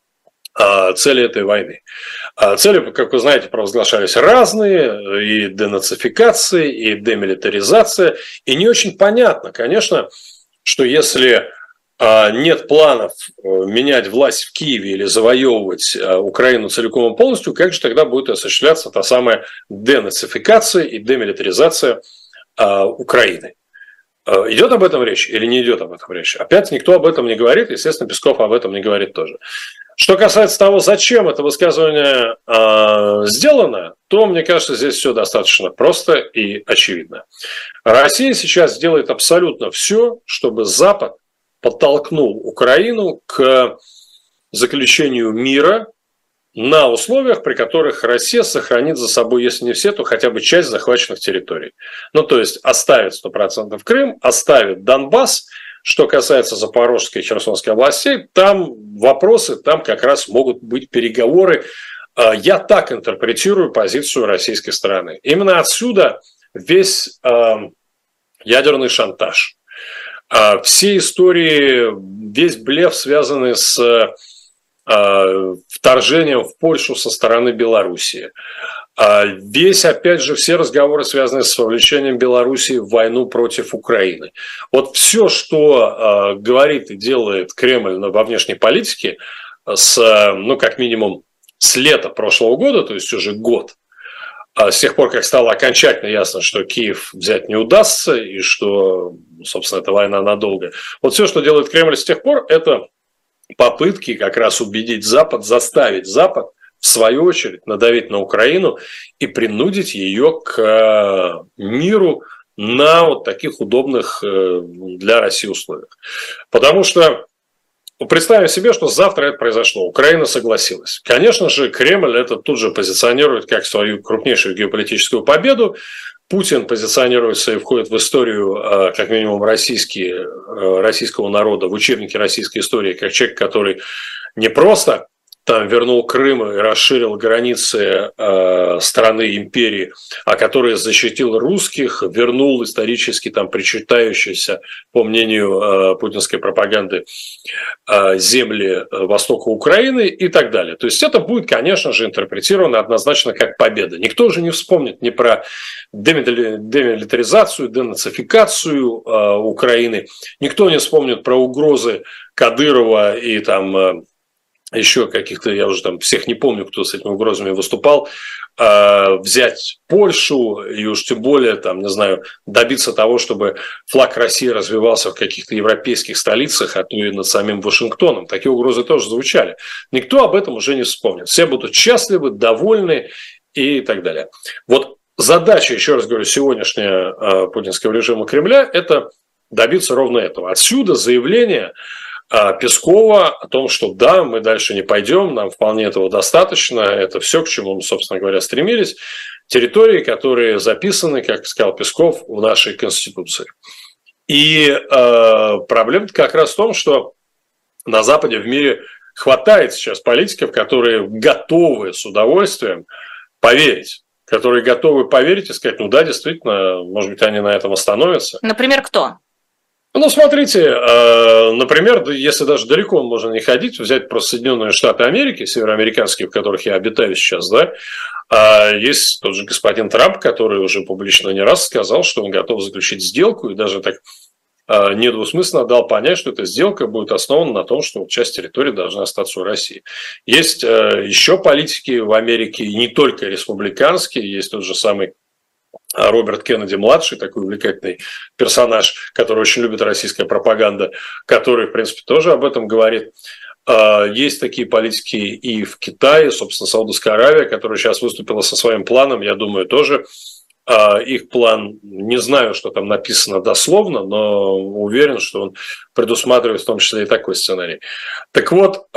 этой войны. Цели, как вы знаете, провозглашались разные, и денацификация, и демилитаризация, и не очень понятно, конечно, что если нет планов менять власть в Киеве или завоевывать Украину целиком и полностью, как же тогда будет осуществляться та самая денацификация и демилитаризация Украины? Идет об этом речь или не идет об этом речь? Опять никто об этом не говорит, естественно, Песков об этом не говорит тоже. Что касается того, зачем это высказывание сделано, то, мне кажется, здесь все достаточно просто и очевидно. Россия сейчас делает абсолютно все, чтобы Запад подтолкнул Украину к заключению мира на условиях, при которых Россия сохранит за собой, если не все, то хотя бы часть захваченных территорий. Ну, то есть оставит 100% Крым, оставит Донбасс. Что касается Запорожской и Херсонской областей, там вопросы, там как раз могут быть переговоры. Я так интерпретирую позицию российской стороны. Именно отсюда весь ядерный шантаж. Все истории, весь блеф, связанный с вторжением в Польшу со стороны Белоруссии. Опять же, все разговоры, связанные с вовлечением Белоруссии в войну против Украины. Вот все, что говорит и делает Кремль во внешней политике, как минимум с лета прошлого года, то есть уже год, с тех пор, как стало окончательно ясно, что Киев взять не удастся и что, собственно, эта война надолго. Вот все, что делает Кремль с тех пор, это попытки как раз убедить Запад, заставить Запад, в свою очередь, надавить на Украину и принудить ее к миру на вот таких удобных для России условиях. Потому что представим себе, что завтра это произошло. Украина согласилась. Конечно же, Кремль это тут же позиционирует как свою крупнейшую геополитическую победу. Путин позиционируется и входит в историю, как минимум, российского народа, в учебники российской истории, как человек, который не просто там вернул Крым и расширил границы страны, империи, а который защитил русских, вернул исторически там причитающиеся, по мнению путинской пропаганды, земли востока Украины и так далее. То есть это будет, конечно же, интерпретировано однозначно как победа. Никто уже не вспомнит ни про демилитаризацию, денацификацию Украины, никто не вспомнит про угрозы Кадырова и там еще каких-то, я уже там всех не помню, кто с этими угрозами выступал, взять Польшу и уж тем более, там, не знаю, добиться того, чтобы флаг России развивался в каких-то европейских столицах, а то и над самим Вашингтоном. Такие угрозы тоже звучали. Никто об этом уже не вспомнит. Все будут счастливы, довольны и так далее. Вот задача, еще раз говорю, сегодняшняя путинского режима Кремля – это добиться ровно этого. Отсюда заявление Пескова о том, что да, мы дальше не пойдем, нам вполне этого достаточно, это все, к чему мы, собственно говоря, стремились, территории, которые записаны, как сказал Песков, в нашей Конституции. И проблема как раз в том, что на Западе, в мире хватает сейчас политиков, которые готовы с удовольствием поверить, которые готовы поверить и сказать, ну да, действительно, может быть, они на этом остановятся.
Например, кто?
Ну, смотрите, например, если даже далеко можно не ходить, взять просто Соединенные Штаты Америки, североамериканские, в которых я обитаю сейчас, да, есть тот же господин Трамп, который уже публично не раз сказал, что он готов заключить сделку, и даже так недвусмысленно дал понять, что эта сделка будет основана на том, что часть территории должна остаться у России. Есть еще политики в Америке, и не только республиканские, есть тот же самый Роберт Кеннеди-младший, такой увлекательный персонаж, который очень любит российская пропаганда, который, в принципе, тоже об этом говорит. Есть такие политики и в Китае, собственно, Саудовская Аравия, которая сейчас выступила со своим планом, я думаю, тоже их план, не знаю, что там написано дословно, но уверен, что он предусматривает в том числе и такой сценарий. Так вот,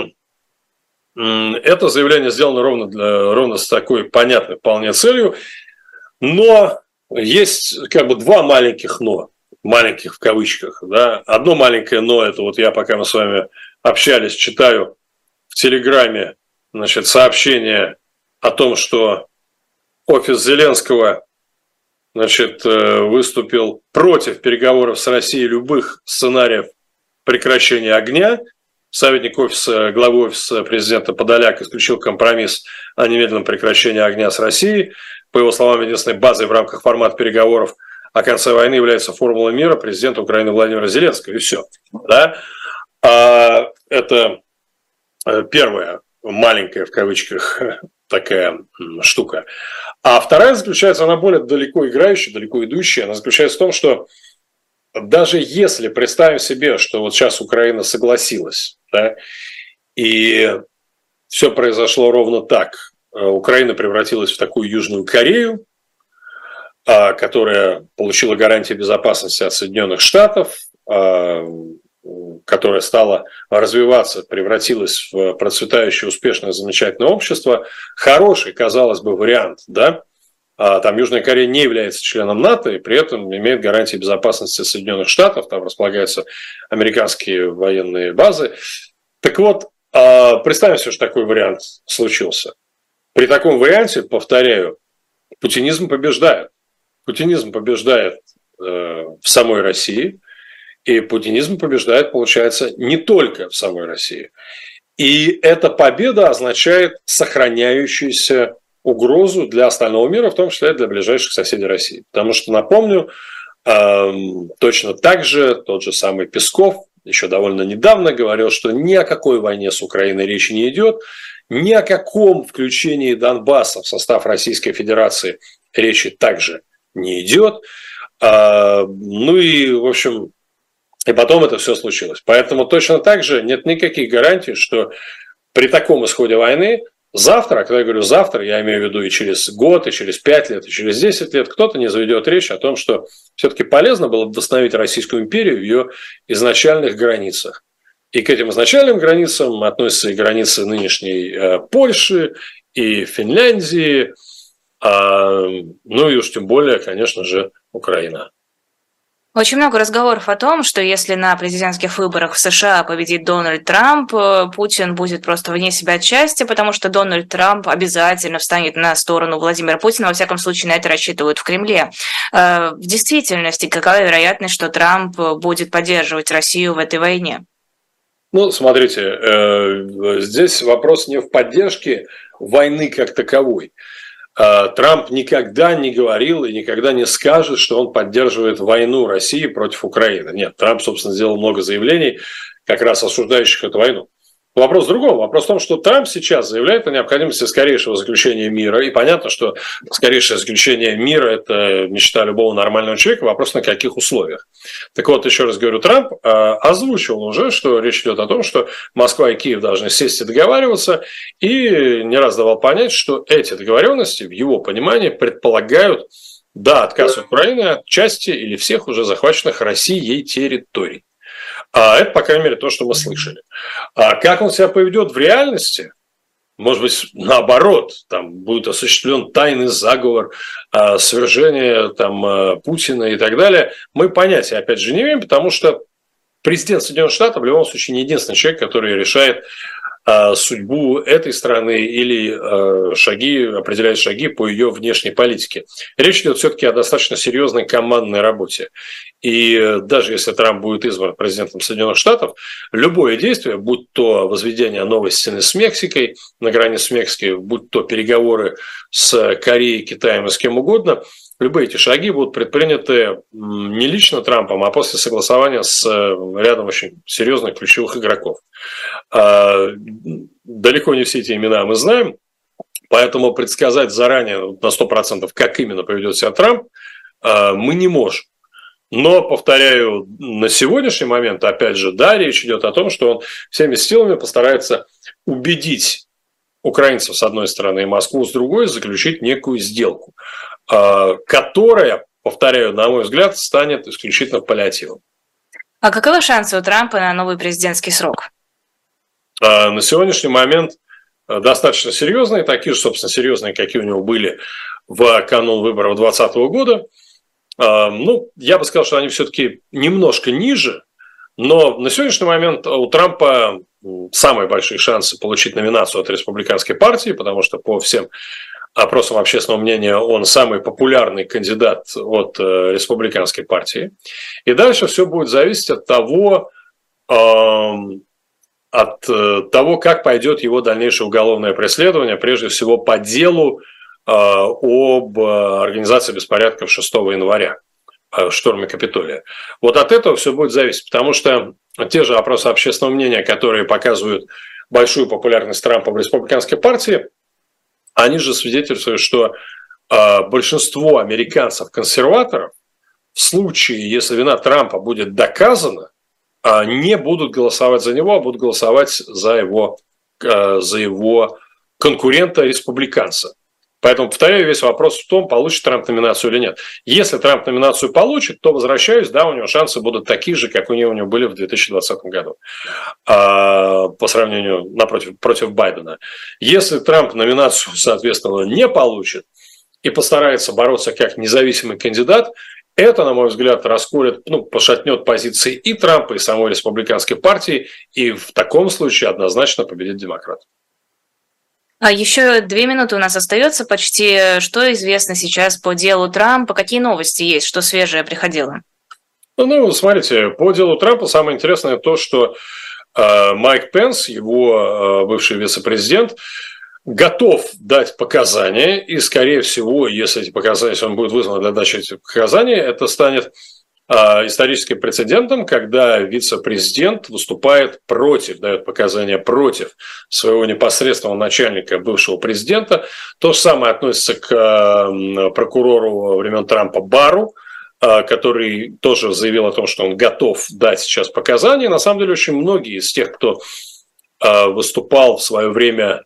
это заявление сделано ровно с такой понятной вполне целью. Но есть как бы два маленьких «но», маленьких в кавычках. Да? Одно маленькое «но» – это вот я, пока мы с вами общались, читаю в Телеграме, значит, сообщение о том, что офис Зеленского, значит, выступил против переговоров с Россией любых сценариев прекращения огня. Советник главы офиса президента Подоляк исключил компромисс о немедленном прекращении огня с Россией. По его словам, единственной базой в рамках формата переговоров о конце войны является формула мира президента Украины Владимира Зеленского. И все. Да? Это первая маленькая, в кавычках, такая штука. А вторая заключается, она более далеко играющая, далеко идущая. Она заключается в том, что даже если представим себе, что вот сейчас Украина согласилась, да, и все произошло ровно так, Украина превратилась в такую Южную Корею, которая получила гарантии безопасности от Соединенных Штатов, которая стала развиваться, превратилась в процветающее, успешное, замечательное общество. Хороший, казалось бы, вариант, да? Там Южная Корея не является членом НАТО и при этом имеет гарантии безопасности Соединенных Штатов, там располагаются американские военные базы. Так вот, представим себе, что такой вариант случился. При таком варианте, повторяю, путинизм побеждает. Путинизм побеждает в самой России, и путинизм побеждает, получается, не только в самой России. И эта победа означает сохраняющуюся угрозу для остального мира, в том числе и для ближайших соседей России. Потому что, напомню, точно так же тот же самый Песков еще довольно недавно говорил, что ни о какой войне с Украиной речи не идет, ни о каком включении Донбасса в состав Российской Федерации речи также не идет. Ну и, в общем, и потом это все случилось. Поэтому точно так же нет никаких гарантий, что при таком исходе войны завтра, а когда я говорю завтра, я имею в виду и через год, и через 5 лет, и через 10 лет, кто-то не заведет речь о том, что все-таки полезно было бы восстановить Российскую империю в ее изначальных границах. И к этим изначальным границам относятся и границы нынешней Польши, и Финляндии, Ну и уж тем более, конечно же, Украина.
Очень много разговоров о том, что если на президентских выборах в США победит Дональд Трамп, Путин будет просто вне себя от счастья, потому что Дональд Трамп обязательно встанет на сторону Владимира Путина, во всяком случае на это рассчитывают в Кремле. В действительности, какая вероятность, что Трамп будет поддерживать Россию в этой войне?
Ну, смотрите, здесь вопрос не в поддержке войны как таковой. Трамп никогда не говорил и никогда не скажет, что он поддерживает войну России против Украины. Нет, Трамп, собственно, сделал много заявлений, как раз осуждающих эту войну. Вопрос в другом. Вопрос в том, что Трамп сейчас заявляет о необходимости скорейшего заключения мира. И понятно, что скорейшее заключение мира – это мечта любого нормального человека. Вопрос, на каких условиях. Так вот, еще раз говорю, Трамп озвучил уже, что речь идет о том, что Москва и Киев должны сесть и договариваться. И не раз давал понять, что эти договоренности, в его понимании, предполагают, да, отказ Украины от части или всех уже захваченных Россией территорий. Это, по крайней мере, то, что мы слышали. А как он себя поведет в реальности? Может быть, наоборот, там будет осуществлен тайный заговор, свержение там, Путина и так далее. Мы понятия, опять же, не имеем, потому что президент Соединенных Штатов в любом случае не единственный человек, который решает судьбу этой страны или определяет шаги по ее внешней политике. Речь идет все-таки о достаточно серьезной командной работе. И даже если Трамп будет избран президентом Соединенных Штатов, любое действие, будь то возведение новой стены с Мексикой, на границе с Мексикой, будь то переговоры с Кореей, Китаем и с кем угодно, любые эти шаги будут предприняты не лично Трампом, а после согласования с рядом очень серьезных ключевых игроков. Далеко не все эти имена мы знаем, поэтому предсказать заранее на 100%, как именно поведет себя Трамп, мы не можем. Но, повторяю, на сегодняшний момент, опять же, да, речь идет о том, что он всеми силами постарается убедить украинцев с одной стороны и Москву с другой заключить некую сделку, которая, повторяю, на мой взгляд, станет исключительно паллиативом.
А каковы шансы у Трампа на новый президентский срок?
На сегодняшний момент достаточно серьезные, такие же, собственно, серьезные, какие у него были в канун выборов 2020 года. Ну, я бы сказал, что они все-таки немножко ниже, но на сегодняшний момент у Трампа самые большие шансы получить номинацию от республиканской партии, потому что по всем опросам общественного мнения он самый популярный кандидат от республиканской партии. И дальше все будет зависеть от того, как пойдет его дальнейшее уголовное преследование, прежде всего по делу об организации беспорядков 6 января, штурме Капитолия. Вот от этого все будет зависеть, потому что те же опросы общественного мнения, которые показывают большую популярность Трампа в республиканской партии, они же свидетельствуют, что большинство американцев-консерваторов в случае, если вина Трампа будет доказана, не будут голосовать за него, а будут голосовать за его конкурента-республиканца. Поэтому, повторяю, весь вопрос в том, получит Трамп номинацию или нет. Если Трамп номинацию получит, то, возвращаюсь, да, у него шансы будут такие же, как у него были в 2020 году, по сравнению против Байдена. Если Трамп номинацию, соответственно, не получит и постарается бороться как независимый кандидат, это, на мой взгляд, расколет, пошатнет позиции и Трампа, и самой республиканской партии, и в таком случае однозначно победит демократ.
А еще 2 минуты у нас остается почти. Что известно сейчас по делу Трампа? Какие новости есть? Что свежее приходило?
Смотрите, по делу Трампа самое интересное то, что Майк Пенс, его бывший вице-президент, готов дать показания, и, скорее всего, если он будет вызван для дачи этих показаний, это станет историческим прецедентом, когда вице-президент выступает против, дает показания против своего непосредственного начальника, бывшего президента. То же самое относится к прокурору времен Трампа Барру, который тоже заявил о том, что он готов дать сейчас показания. На самом деле, очень многие из тех, кто выступал в свое время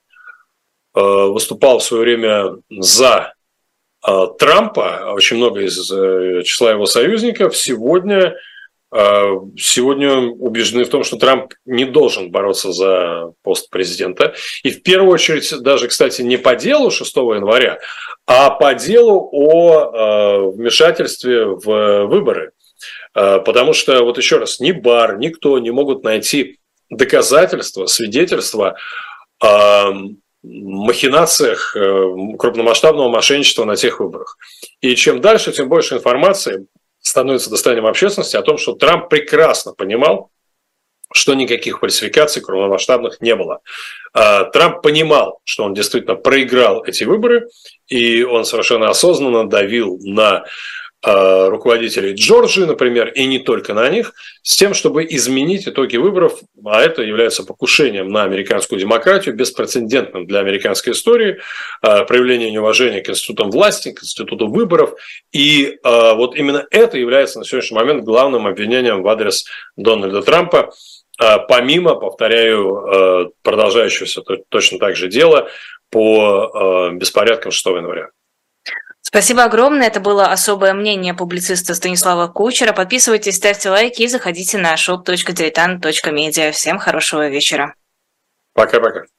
за Трампа, очень много из числа его союзников, сегодня сегодня убеждены в том, что Трамп не должен бороться за пост президента. И в первую очередь, даже, кстати, не по делу 6 января, а по делу о вмешательстве в выборы. Потому что, вот еще раз, ни Барр, никто не могут найти доказательства, свидетельства о махинациях крупномасштабного мошенничества на тех выборах. И чем дальше, тем больше информации становится достоянием общественности о том, что Трамп прекрасно понимал, что никаких фальсификаций крупномасштабных не было. Трамп понимал, что он действительно проиграл эти выборы, и он совершенно осознанно давил на руководителей Джорджии, например, и не только на них, с тем, чтобы изменить итоги выборов, а это является покушением на американскую демократию, беспрецедентным для американской истории, проявление неуважения к институтам власти, к институту выборов, и вот именно это является на сегодняшний момент главным обвинением в адрес Дональда Трампа, помимо, повторяю, продолжающегося точно так же дела по беспорядкам 6 января.
Спасибо огромное. Это было особое мнение публициста Станислава Кучера. Подписывайтесь, ставьте лайки и заходите на shop.diletant.media. Всем хорошего вечера.
Пока-пока.